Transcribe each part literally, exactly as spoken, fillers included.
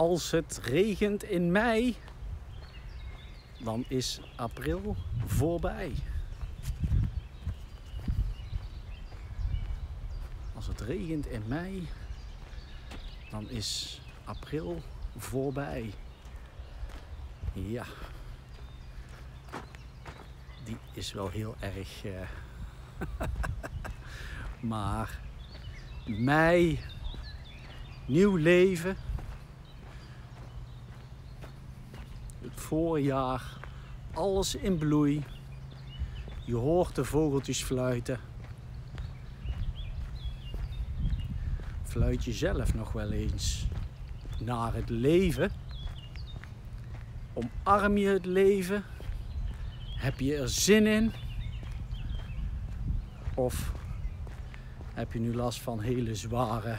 Als het regent in mei, dan is april voorbij. Als het regent in mei, dan is april voorbij. Ja, die is wel heel erg. Uh... maar mei, nieuw leven. Het voorjaar, alles in bloei. Je hoort de vogeltjes fluiten. Fluit je zelf nog wel eens naar het leven? Omarm je het leven? Heb je er zin in? Of heb je nu last van hele zware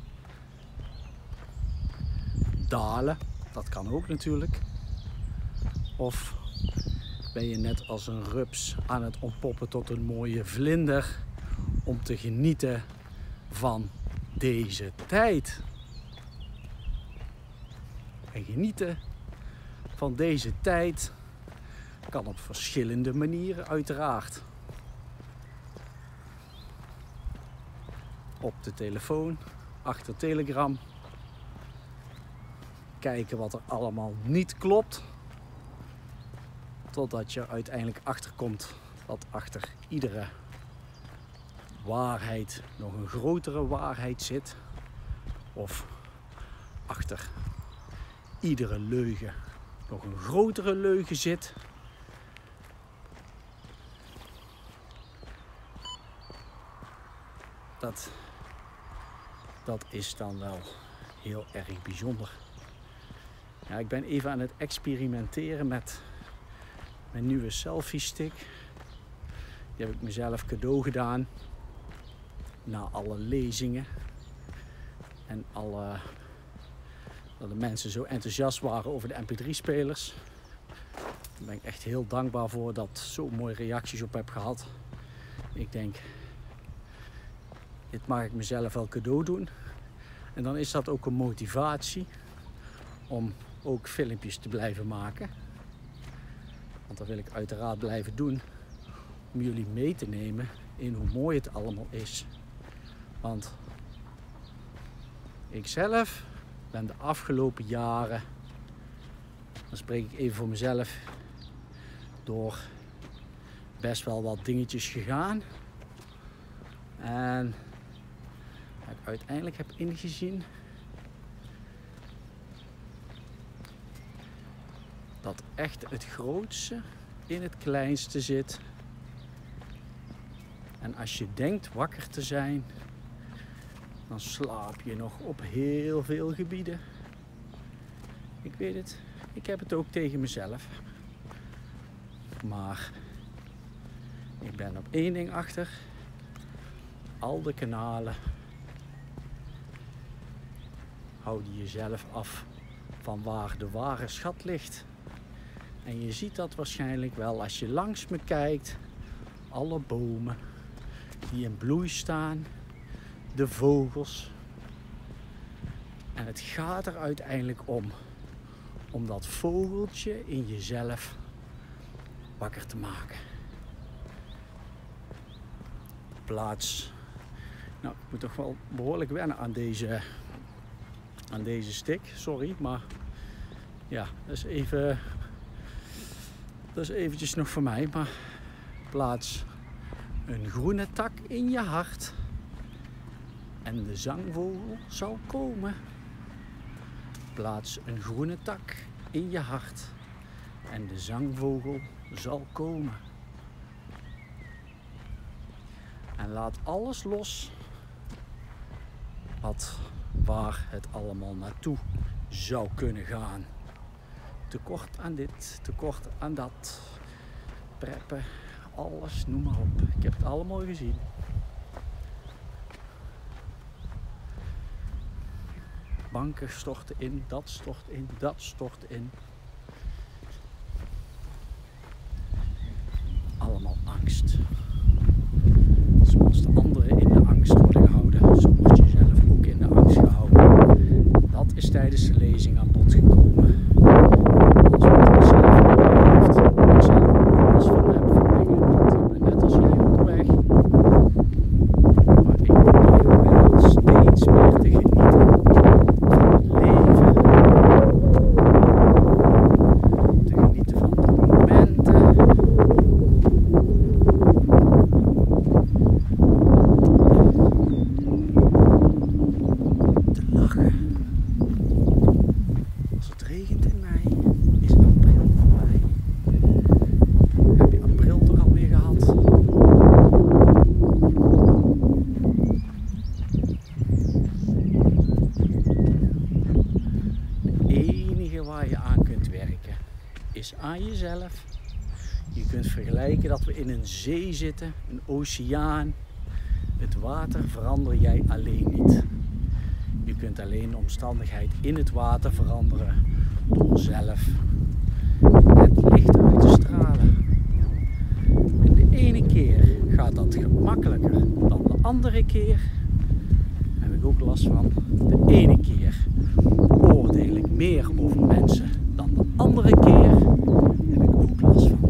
dalen? Dat kan ook natuurlijk. Of ben je net als een rups aan het ontpoppen tot een mooie vlinder om te genieten van deze tijd? En genieten van deze tijd kan op verschillende manieren uiteraard. Op de telefoon, achter Telegram. Kijken wat er allemaal niet klopt. Totdat je er uiteindelijk achter komt dat achter iedere waarheid nog een grotere waarheid zit. Of achter iedere leugen nog een grotere leugen zit. Dat, dat is dan wel heel erg bijzonder. Ja, ik ben even aan het experimenteren met mijn nieuwe selfie stick. Die heb ik mezelf cadeau gedaan. Na alle lezingen. En alle, dat de mensen zo enthousiast waren over de M P drie spelers. Daar ben ik echt heel dankbaar voor dat ik zo mooie reacties op heb gehad. Ik denk, dit mag ik mezelf wel cadeau doen. En dan is dat ook een motivatie om ook filmpjes te blijven maken. Want dat wil ik uiteraard blijven doen. Om jullie mee te nemen in hoe mooi het allemaal is. Want ik zelf ben de afgelopen jaren, dan spreek ik even voor mezelf, door best wel wat dingetjes gegaan. En wat ik uiteindelijk heb ingezien dat echt het grootste in het kleinste zit. En als je denkt wakker te zijn, dan slaap je nog op heel veel gebieden. Ik weet het, ik heb het ook tegen mezelf. Maar ik ben op één ding achter. Al de kanalen houden jezelf af van waar de ware schat ligt. En je ziet dat waarschijnlijk wel als je langs me kijkt. Alle bomen die in bloei staan. De vogels. En het gaat er uiteindelijk om. Om dat vogeltje in jezelf wakker te maken. Plaats. Nou, ik moet toch wel behoorlijk wennen aan deze, aan deze stick. Sorry, maar ja, dat is even... Dat is eventjes nog voor mij, maar plaats een groene tak in je hart en de zangvogel zal komen. Plaats een groene tak in je hart en de zangvogel zal komen. En laat alles los wat, waar het allemaal naartoe zou kunnen gaan. Tekort aan dit, tekort aan dat, preppen, alles, noem maar op. Ik heb het allemaal gezien. Banken storten in, dat stort in, dat stort in. Allemaal angst. Zoals de anderen in de angst worden gehouden, zo word je zelf ook in de angst gehouden. Dat is tijdens de lezing aan bod kunt vergelijken dat we in een zee zitten, een oceaan. Het water verander jij alleen niet. Je kunt alleen de omstandigheid in het water veranderen door zelf het licht uit te stralen. En de ene keer gaat dat gemakkelijker dan de andere keer. Daar heb ik ook last van. De ene keer oordeel ik meer over mensen dan de andere keer. Daar heb ik ook last van.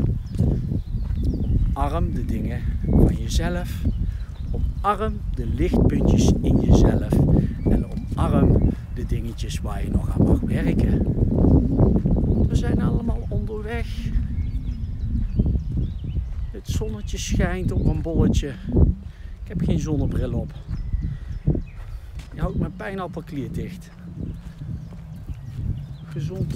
Omarm de dingen van jezelf. Omarm de lichtpuntjes in jezelf. En omarm de dingetjes waar je nog aan mag werken. We zijn allemaal onderweg. Het zonnetje schijnt op een bolletje. Ik heb geen zonnebril op. Je houdt mijn pijnappelklier dicht. Gezond.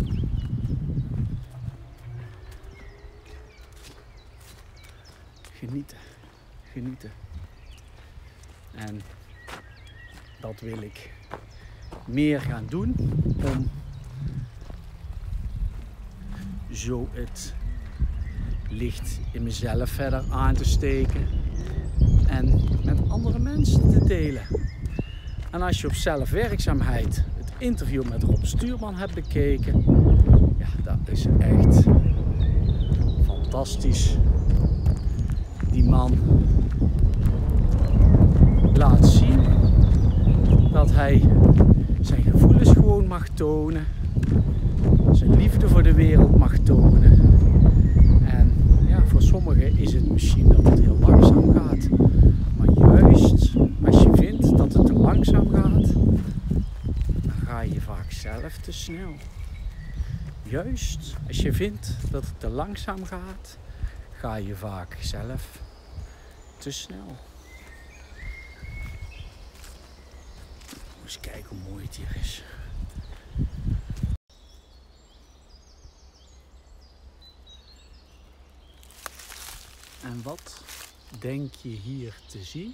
Genieten. Genieten. En dat wil ik meer gaan doen om zo het licht in mezelf verder aan te steken en met andere mensen te delen. En als je op zelfwerkzaamheid het interview met Rob Stuurman hebt bekeken, ja, dat is echt fantastisch. Die man laat zien dat hij zijn gevoelens gewoon mag tonen, zijn liefde voor de wereld mag tonen. En ja, voor sommigen is het misschien dat het heel langzaam gaat, maar juist als je vindt dat het te langzaam gaat, dan ga je vaak zelf te snel. Juist als je vindt dat het te langzaam gaat, ga je vaak zelf te snel. Eens kijken hoe mooi het hier is. En wat denk je hier te zien?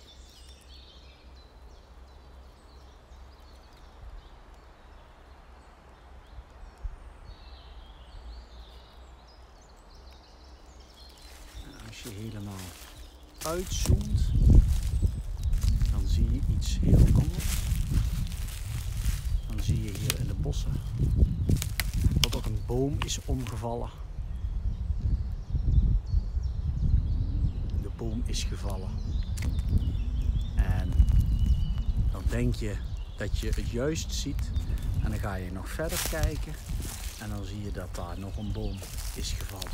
En als je helemaal uitzoomt, dan zie je iets heel anders. Dan zie je hier in de bossen dat er een boom is omgevallen. De boom is gevallen. En dan denk je dat je het juist ziet. En dan ga je nog verder kijken. En dan zie je dat daar nog een boom is gevallen.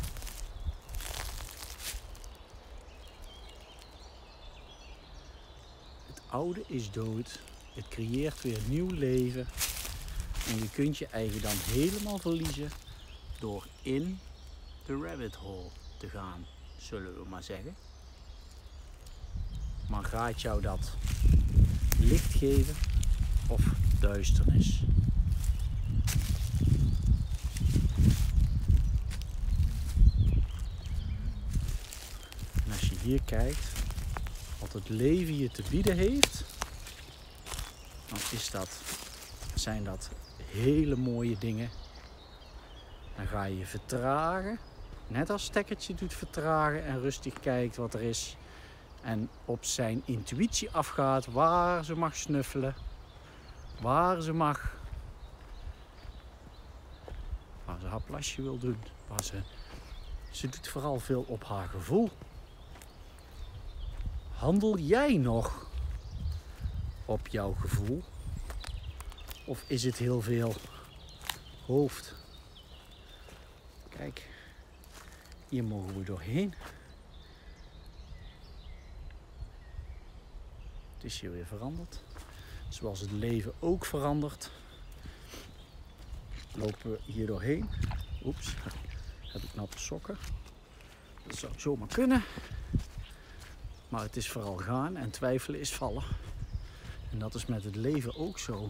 Het oude is dood. Het creëert weer nieuw leven. En je kunt je eigen dan helemaal verliezen door in de rabbit hole te gaan, zullen we maar zeggen. Maar gaat jou dat licht geven of duisternis? En als je hier kijkt wat het leven je te bieden heeft, dan is dat, zijn dat hele mooie dingen. Dan ga je vertragen, net als stekkertje doet vertragen en rustig kijkt wat er is. En op zijn intuïtie afgaat waar ze mag snuffelen, waar ze mag, waar ze haar plasje wil doen. Waar ze, ze doet vooral veel op haar gevoel. Handel jij nog op jouw gevoel? Of is het heel veel hoofd? Kijk, hier mogen we doorheen. Het is hier weer veranderd. Zoals het leven ook verandert. Lopen we hier doorheen. Oeps, heb ik natte sokken. Dat zou zomaar kunnen. Maar het is vooral gaan en twijfelen is vallen. En dat is met het leven ook zo.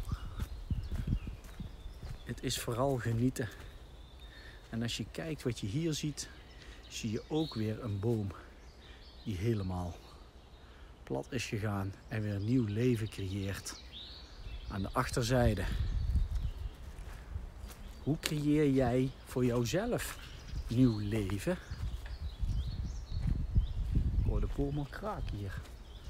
Het is vooral genieten. En als je kijkt wat je hier ziet, zie je ook weer een boom die helemaal plat is gegaan en weer een nieuw leven creëert aan de achterzijde. Hoe creëer jij voor jouzelf nieuw leven. Ik hoor de boom al kraken hier.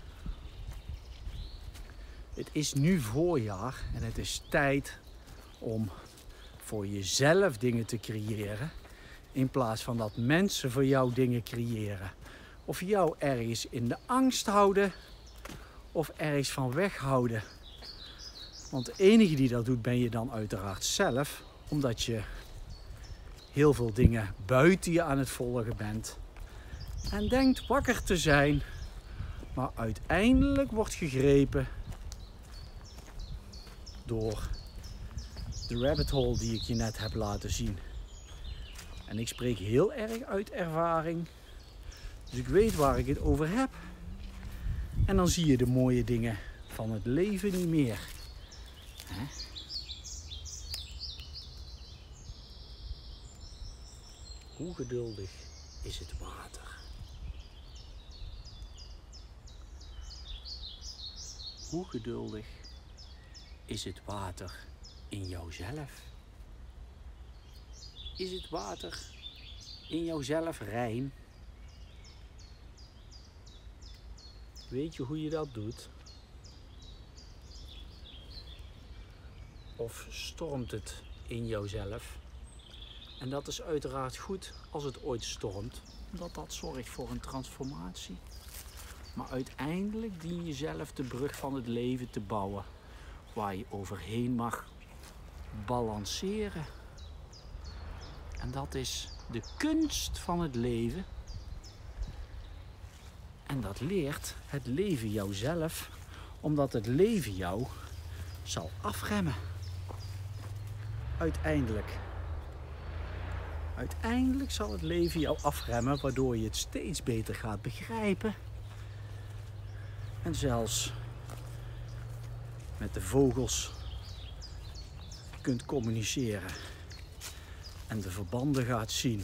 Het is nu voorjaar en het is tijd om voor jezelf dingen te creëren. In plaats van dat mensen voor jou dingen creëren. Of jou ergens in de angst houden. Of ergens van weghouden. Want de enige die dat doet ben je dan uiteraard zelf. Omdat je heel veel dingen buiten je aan het volgen bent. En denkt wakker te zijn. Maar uiteindelijk wordt gegrepen door de rabbit hole die ik je net heb laten zien. En ik spreek heel erg uit ervaring. Dus ik weet waar ik het over heb. En dan zie je de mooie dingen van het leven niet meer. Hè? Hoe geduldig is het water? Hoe geduldig is het water in jouzelf? Is het water in jouzelf rein? Weet je hoe je dat doet? Of stormt het in jouzelf? En dat is uiteraard goed als het ooit stormt, omdat dat zorgt voor een transformatie. Maar uiteindelijk dien je zelf de brug van het leven te bouwen, waar je overheen mag balanceren. En dat is de kunst van het leven. En dat leert het leven jouzelf, omdat het leven jou zal afremmen. Uiteindelijk. Uiteindelijk zal het leven jou afremmen, waardoor je het steeds beter gaat begrijpen. En zelfs met de vogels kunt communiceren. En de verbanden gaat zien.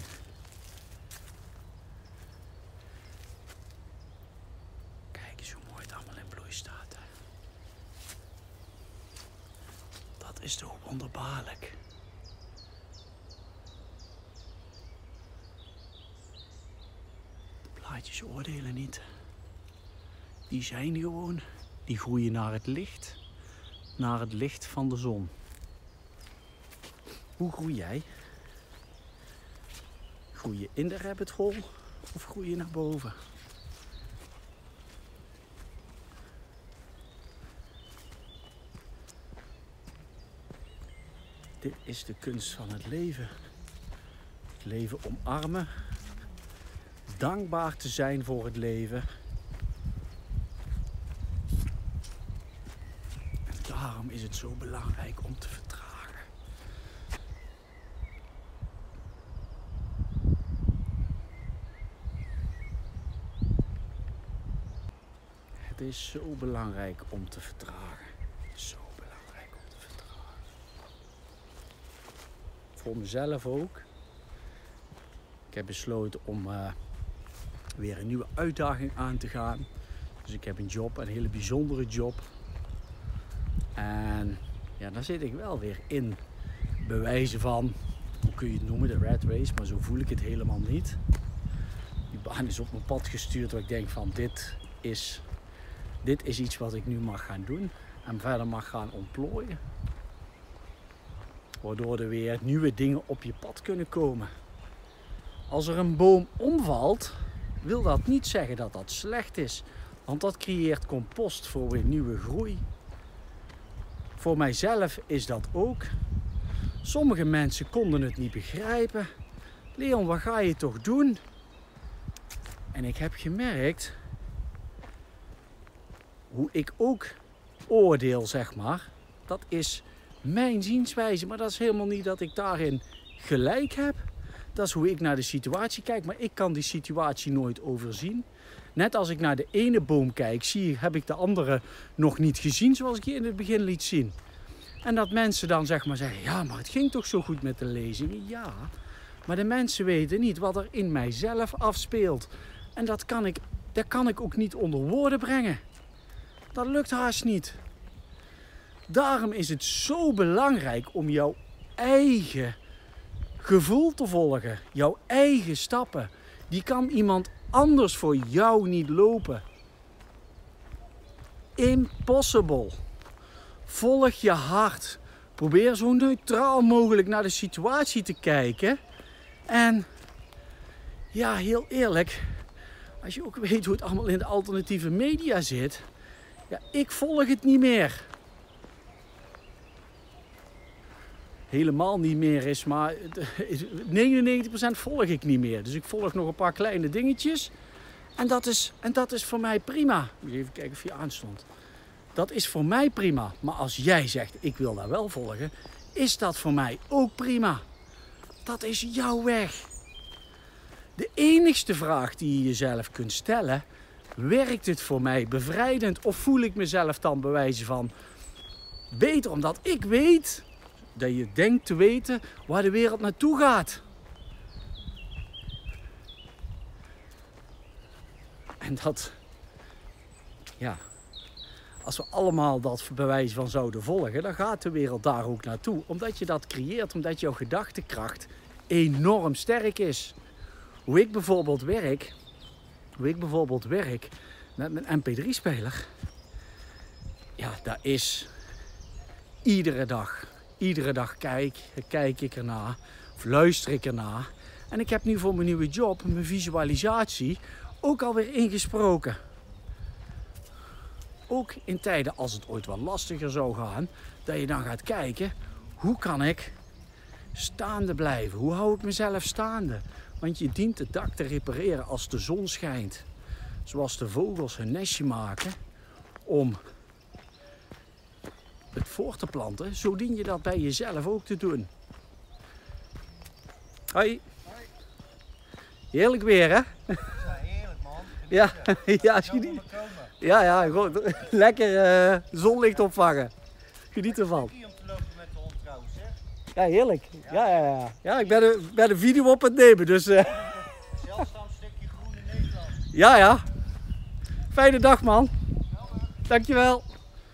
Kijk eens hoe mooi het allemaal in bloei staat. Hè? Dat is toch wonderbaarlijk. De blaadjes oordelen niet. Die zijn gewoon, die groeien naar het licht. Naar het licht van de zon. Hoe groei jij? Groei je in de rabbit hole of groei je naar boven? Dit is de kunst van het leven. Het leven omarmen. Dankbaar te zijn voor het leven. En daarom is het zo belangrijk om te vertragen. Het is zo belangrijk om te vertragen. Zo belangrijk om te vertragen. Voor mezelf ook. Ik heb besloten om uh, weer een nieuwe uitdaging aan te gaan. Dus ik heb een job, een hele bijzondere job. En ja, daar zit ik wel weer in. Bewijzen van, hoe kun je het noemen, de rat race. Maar zo voel ik het helemaal niet. Die baan is op mijn pad gestuurd waar ik denk van dit is... Dit is iets wat ik nu mag gaan doen en verder mag gaan ontplooien. Waardoor er weer nieuwe dingen op je pad kunnen komen. Als er een boom omvalt, wil dat niet zeggen dat dat slecht is. Want dat creëert compost voor weer nieuwe groei. Voor mijzelf is dat ook. Sommige mensen konden het niet begrijpen. Leon, wat ga je toch doen? En ik heb gemerkt... Hoe ik ook oordeel, zeg maar, dat is mijn zienswijze. Maar dat is helemaal niet dat ik daarin gelijk heb. Dat is hoe ik naar de situatie kijk. Maar ik kan die situatie nooit overzien. Net als ik naar de ene boom kijk, zie, heb ik de andere nog niet gezien zoals ik je in het begin liet zien. En dat mensen dan zeg maar zeggen, ja, maar het ging toch zo goed met de lezingen? Ja, maar de mensen weten niet wat er in mijzelf afspeelt. En dat kan ik, dat kan ik ook niet onder woorden brengen. Dat lukt haast niet. Daarom is het zo belangrijk om jouw eigen gevoel te volgen. Jouw eigen stappen. Die kan iemand anders voor jou niet lopen. Impossible. Volg je hart. Probeer zo neutraal mogelijk naar de situatie te kijken. En ja, heel eerlijk, als je ook weet hoe het allemaal in de alternatieve media zit. Ja, ik volg het niet meer. Helemaal niet meer is, maar negenennegentig procent volg ik niet meer. Dus ik volg nog een paar kleine dingetjes. En dat is, en dat is voor mij prima. Even kijken of je aanstond. Dat is voor mij prima. Maar als jij zegt, ik wil daar wel volgen, is dat voor mij ook prima. Dat is jouw weg. De enigste vraag die je jezelf kunt stellen, werkt het voor mij bevrijdend? Of voel ik mezelf dan bewijzen van beter omdat ik weet dat je denkt te weten waar de wereld naartoe gaat? En dat, ja, als we allemaal dat bewijs van zouden volgen, dan gaat de wereld daar ook naartoe. Omdat je dat creëert, omdat jouw gedachtekracht enorm sterk is. Hoe ik bijvoorbeeld werk, hoe ik bijvoorbeeld werk met mijn M P drie speler, ja, daar is iedere dag, iedere dag kijk, kijk ik ernaar, of luister ik ernaar. En ik heb nu voor mijn nieuwe job, mijn visualisatie, ook alweer ingesproken. Ook in tijden als het ooit wat lastiger zou gaan, dat je dan gaat kijken, hoe kan ik staande blijven? Hoe hou ik mezelf staande? Want je dient het dak te repareren als de zon schijnt. Zoals de vogels hun nestje maken om het voor te planten, zo dien je dat bij jezelf ook te doen. Hoi. Heerlijk weer, hè? Ja, heerlijk man. Ja, ja, geniet. Ja, ja, gewoon lekker uh, zonlicht opvangen. Geniet ervan. Om te lopen met de hond trouwens, hè? Ja, heerlijk. Ja, ja, ja. Ja, ik ben een, ben een video op het nemen, dus... Uh... Zeldzaam stukje groen in Nederland. Ja, ja. Fijne dag, man. Dankjewel.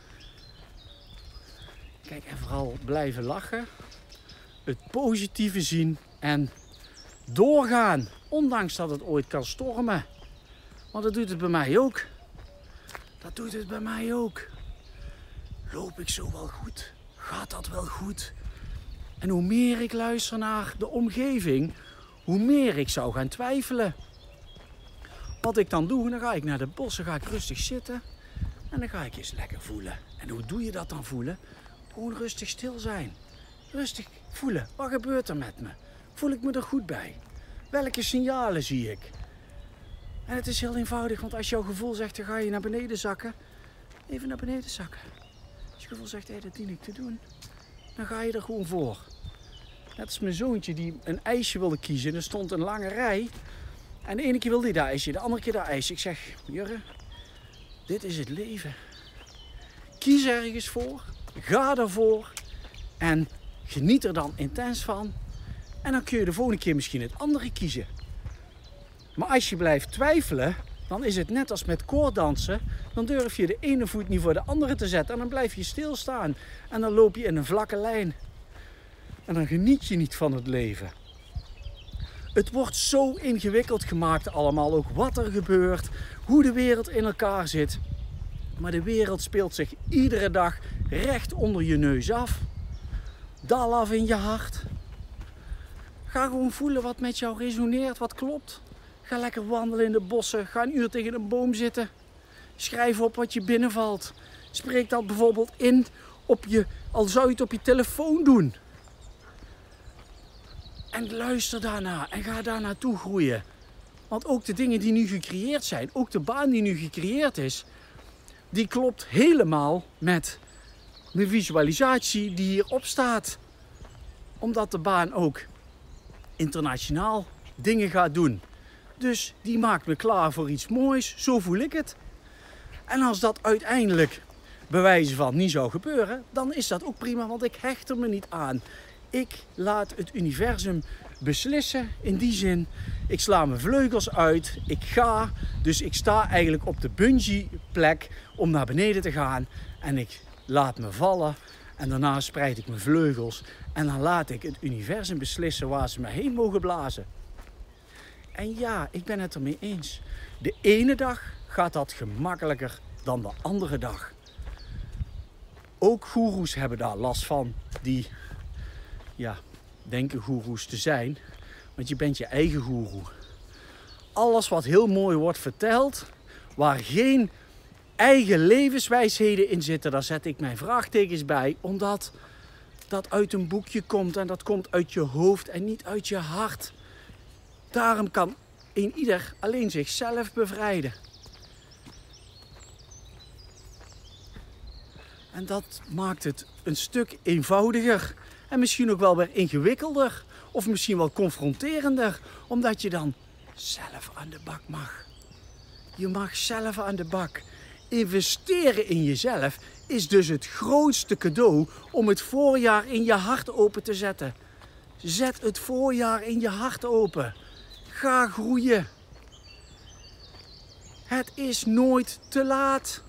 Kijk, en vooral blijven lachen. Het positieve zien en doorgaan. Ondanks dat het ooit kan stormen. Want dat doet het bij mij ook. Dat doet het bij mij ook. Loop ik zo wel goed? Gaat dat wel goed? En hoe meer ik luister naar de omgeving, hoe meer ik zou gaan twijfelen. Wat ik dan doe, dan ga ik naar de bossen, ga ik rustig zitten. En dan ga ik eens lekker voelen. En hoe doe je dat dan voelen? Gewoon rustig stil zijn. Rustig voelen. Wat gebeurt er met me? Voel ik me er goed bij? Welke signalen zie ik? En het is heel eenvoudig, want als jouw gevoel zegt, dan ga je naar beneden zakken. Even naar beneden zakken. Als je gevoel zegt, hé, dat dien ik te doen. Dan ga je er gewoon voor. Net als mijn zoontje die een ijsje wilde kiezen. Er stond een lange rij. En de ene keer wilde hij dat ijsje, de andere keer dat ijsje. Ik zeg, Jurre, dit is het leven. Kies ergens voor. Ga ervoor. En geniet er dan intens van. En dan kun je de volgende keer misschien het andere kiezen. Maar als je blijft twijfelen, dan is het net als met koorddansen. Dan durf je de ene voet niet voor de andere te zetten. En dan blijf je stilstaan. En dan loop je in een vlakke lijn. En dan geniet je niet van het leven. Het wordt zo ingewikkeld gemaakt allemaal. Ook wat er gebeurt. Hoe de wereld in elkaar zit. Maar de wereld speelt zich iedere dag recht onder je neus af. Dal af in je hart. Ga gewoon voelen wat met jou resoneert, wat klopt. Ga lekker wandelen in de bossen. Ga een uur tegen een boom zitten. Schrijf op wat je binnenvalt. Spreek dat bijvoorbeeld in op je, al zou je het op je telefoon doen. En luister daarna en ga daar naartoe groeien. Want ook de dingen die nu gecreëerd zijn, ook de baan die nu gecreëerd is, die klopt helemaal met de visualisatie die hierop staat. Omdat de baan ook internationaal dingen gaat doen. Dus die maakt me klaar voor iets moois. Zo voel ik het. En als dat uiteindelijk bewijzen van niet zou gebeuren, dan is dat ook prima, want ik hecht er me niet aan. Ik laat het universum beslissen in die zin. Ik sla mijn vleugels uit. Ik ga. Dus ik sta eigenlijk op de bungee plek om naar beneden te gaan. En ik laat me vallen. En daarna spreid ik mijn vleugels en dan laat ik het universum beslissen waar ze me heen mogen blazen. En ja, ik ben het ermee eens. De ene dag gaat dat gemakkelijker dan de andere dag. Ook goeroes hebben daar last van, die ja, denken goeroes te zijn. Want je bent je eigen goeroe. Alles wat heel mooi wordt verteld, waar geen eigen levenswijsheden in zitten, daar zet ik mijn vraagtekens bij. Omdat dat uit een boekje komt en dat komt uit je hoofd en niet uit je hart. Daarom kan een ieder alleen zichzelf bevrijden. En dat maakt het een stuk eenvoudiger en misschien ook wel weer ingewikkelder of misschien wel confronterender, omdat je dan zelf aan de bak mag. Je mag zelf aan de bak. Investeren in jezelf is dus het grootste cadeau om het voorjaar in je hart open te zetten. Zet het voorjaar in je hart open. Ga groeien. Het is nooit te laat.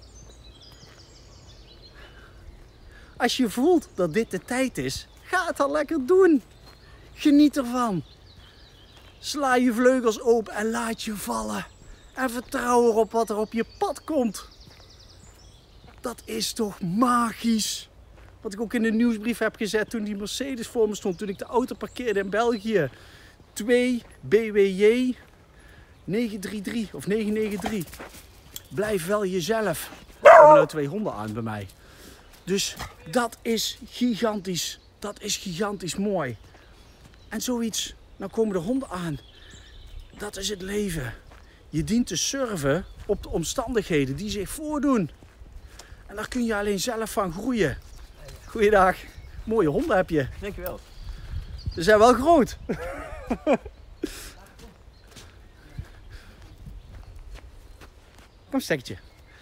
Als je voelt dat dit de tijd is, ga het dan lekker doen. Geniet ervan. Sla je vleugels open en laat je vallen. En vertrouw erop wat er op je pad komt. Dat is toch magisch. Wat ik ook in de nieuwsbrief heb gezet toen die Mercedes voor me stond. Toen ik de auto parkeerde in België. twee B W J negen drie drie of negen negen drie. Blijf wel jezelf. Er komen nou twee honden aan bij mij. Dus dat is gigantisch. Dat is gigantisch mooi. En zoiets, nou komen de honden aan. Dat is het leven. Je dient te surfen op de omstandigheden die zich voordoen. En daar kun je alleen zelf van groeien. Goeiedag. Mooie honden heb je. Dankjewel. Ze zijn wel groot. Kom stekkertje.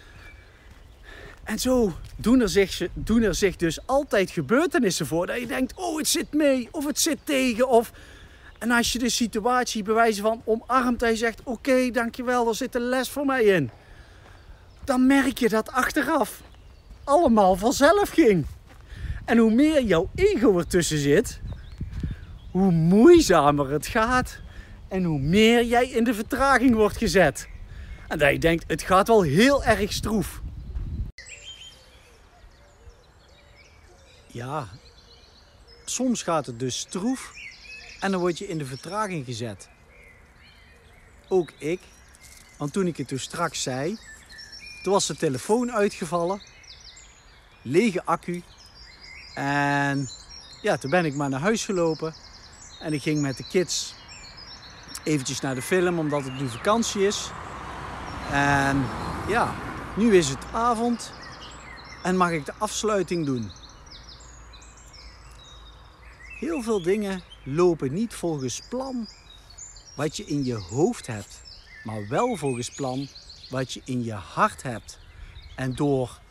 En zo doen er, zich, doen er zich dus altijd gebeurtenissen voor. Dat je denkt, oh het zit mee of het zit tegen. Of... En als je de situatie bij wijze van omarmt en je zegt, oké okay, dankjewel, er zit een les voor mij in. Dan merk je dat achteraf allemaal vanzelf ging. En hoe meer jouw ego ertussen zit, hoe moeizamer het gaat. En hoe meer jij in de vertraging wordt gezet. En dat je denkt, het gaat wel heel erg stroef. Ja, soms gaat het dus stroef en dan word je in de vertraging gezet. Ook ik, want toen ik het toen straks zei, toen was de telefoon uitgevallen, lege accu. En ja, toen ben ik maar naar huis gelopen en ik ging met de kids eventjes naar de film omdat het nu vakantie is. En ja, nu is het avond en mag ik de afsluiting doen. Heel veel dingen lopen niet volgens plan wat je in je hoofd hebt, maar wel volgens plan wat je in je hart hebt. En door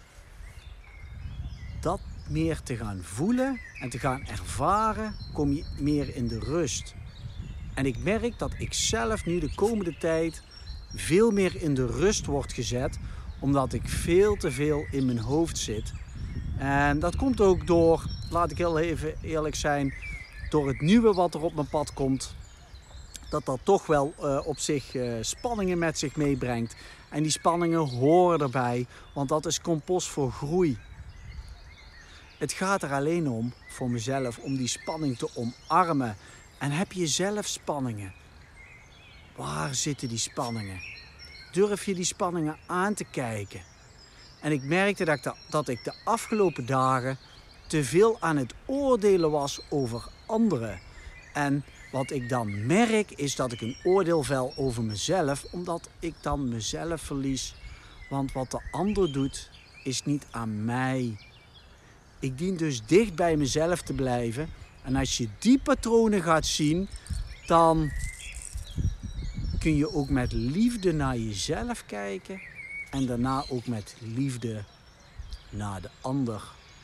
dat meer te gaan voelen en te gaan ervaren, kom je meer in de rust. En ik merk dat ik zelf nu de komende tijd veel meer in de rust word gezet, omdat ik veel te veel in mijn hoofd zit. En dat komt ook door, laat ik heel even eerlijk zijn, door het nieuwe wat er op mijn pad komt. Dat dat toch wel uh, op zich uh, spanningen met zich meebrengt. En die spanningen horen erbij, want dat is compost voor groei. Het gaat er alleen om, voor mezelf, om die spanning te omarmen. En heb je zelf spanningen? Waar zitten die spanningen? Durf je die spanningen aan te kijken? En ik merkte dat ik de, dat ik de afgelopen dagen te veel aan het oordelen was over anderen. En wat ik dan merk is dat ik een oordeel vel over mezelf, omdat ik dan mezelf verlies. Want wat de ander doet, is niet aan mij. Ik dien dus dicht bij mezelf te blijven. En als je die patronen gaat zien, dan kun je ook met liefde naar jezelf kijken. En daarna ook met liefde naar de ander.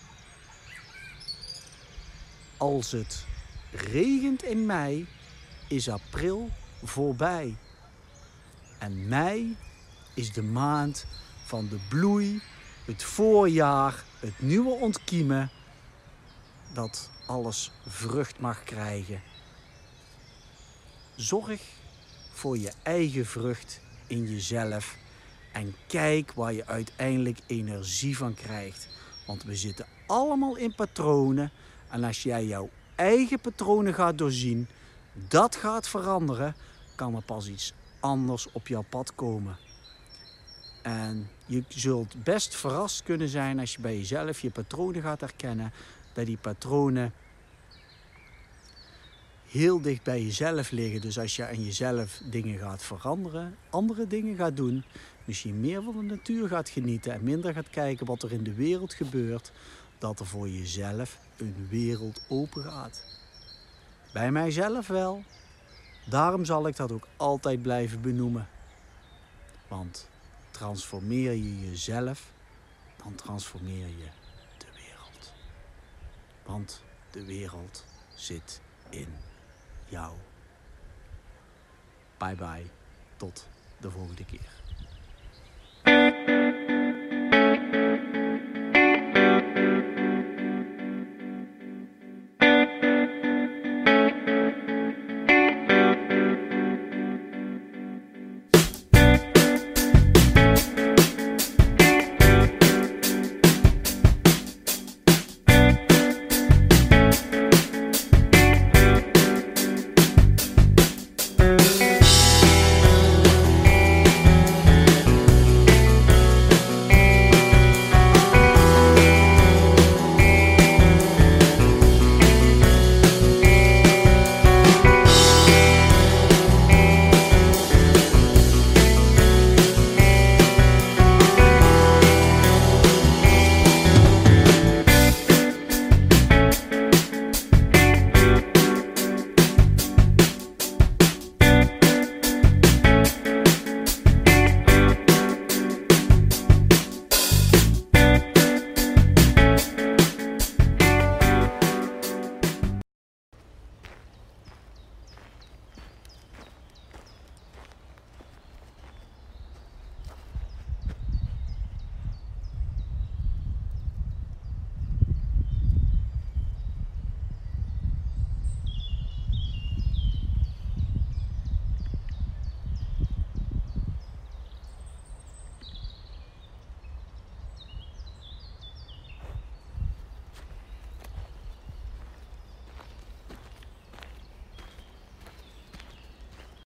Als het regent in mei, is april voorbij. En mei is de maand van de bloei, het voorjaar, het nieuwe ontkiemen. dat alles vrucht mag krijgen. Zorg voor je eigen vrucht in jezelf en kijk waar je uiteindelijk energie van krijgt. Want we zitten allemaal in patronen en als jij jouw eigen patronen gaat doorzien, dat gaat veranderen, kan er pas iets anders op jouw pad komen. En je zult best verrast kunnen zijn als je bij jezelf je patronen gaat herkennen, dat die patronen heel dicht bij jezelf liggen. Dus als je aan jezelf dingen gaat veranderen, andere dingen gaat doen, misschien meer van de natuur gaat genieten en minder gaat kijken wat er in de wereld gebeurt, dat er voor jezelf een wereld open gaat. Bij mijzelf wel. Daarom zal ik dat ook altijd blijven benoemen. Want transformeer je jezelf, dan transformeer je de wereld. Want de wereld zit in jou. Bye bye, tot de volgende keer.